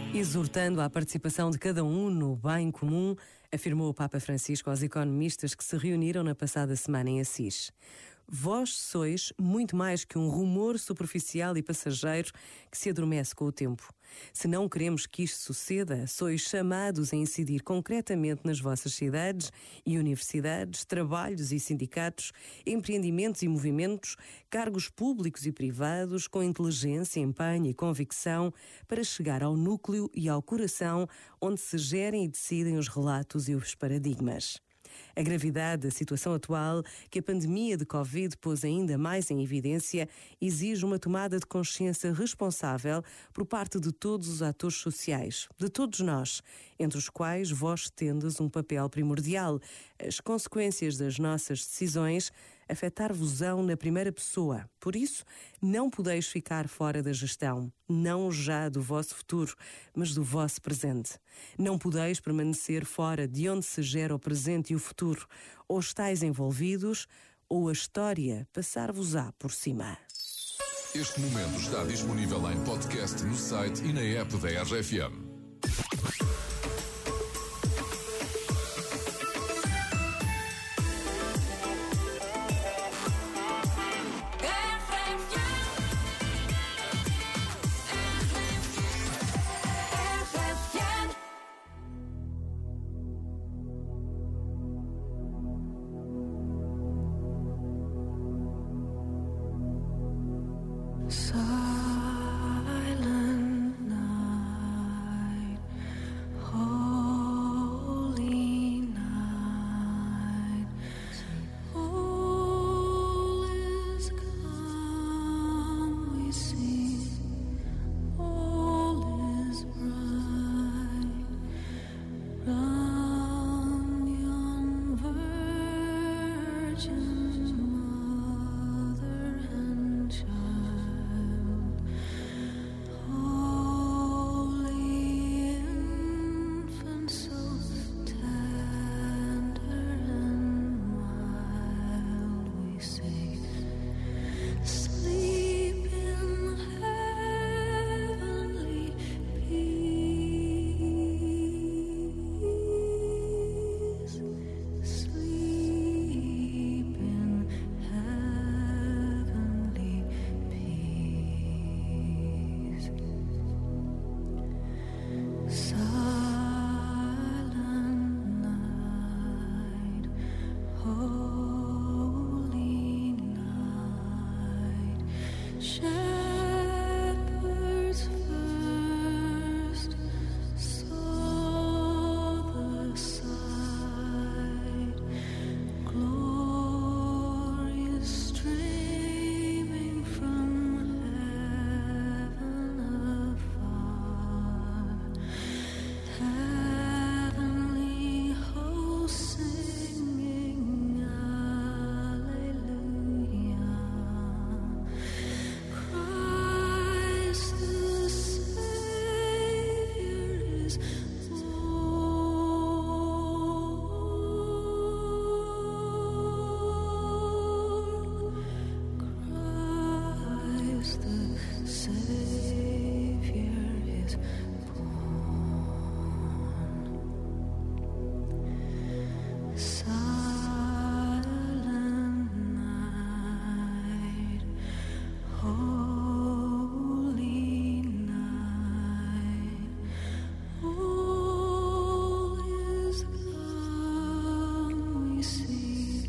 Exortando à participação de cada um no bem comum, afirmou o Papa Francisco aos economistas que se reuniram na passada semana em Assis. Vós sois muito mais que um rumor superficial e passageiro que se adormece com o tempo. Se não queremos que isto suceda, sois chamados a incidir concretamente nas vossas cidades e universidades, trabalhos e sindicatos, empreendimentos e movimentos, cargos públicos e privados, com inteligência, empenho e convicção, para chegar ao núcleo e ao coração onde se gerem e decidem os relatos e os paradigmas. A gravidade da situação atual, que a pandemia de Covid pôs ainda mais em evidência, exige uma tomada de consciência responsável por parte de todos os atores sociais, de todos nós, entre os quais vós tendes um papel primordial. As consequências das nossas decisões afetar-vos-ão na primeira pessoa. Por isso, não podeis ficar fora da gestão, não já do vosso futuro, mas do vosso presente. Não podeis permanecer fora de onde se gera o presente e o futuro. Ou estáis envolvidos, ou a história passar-vos-á por cima. Este momento está disponível em podcast no site e na app da RFM. Silent night, holy night, all is calm, we see, all is bright. Run, young virgin mother and child, holy infant, so tender and mild, we say, sleep in heavenly peace, sleep in heavenly peace. Silent night, holy night, shepherds first saw the sight, glorious streaming from heaven afar, heavenly hosts singing Alleluia. Christ the Savior is born. Christ the Savior is born. Silent night, holy night, all is calm, we see,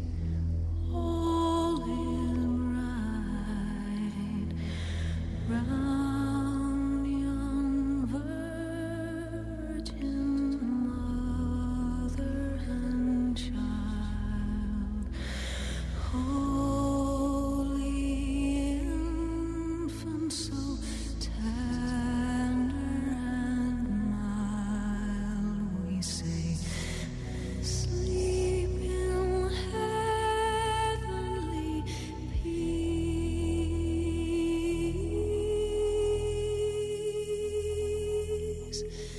all is right. Round young virgin mother and child, holy infant, so tender and mild, we say, sleep in heavenly peace.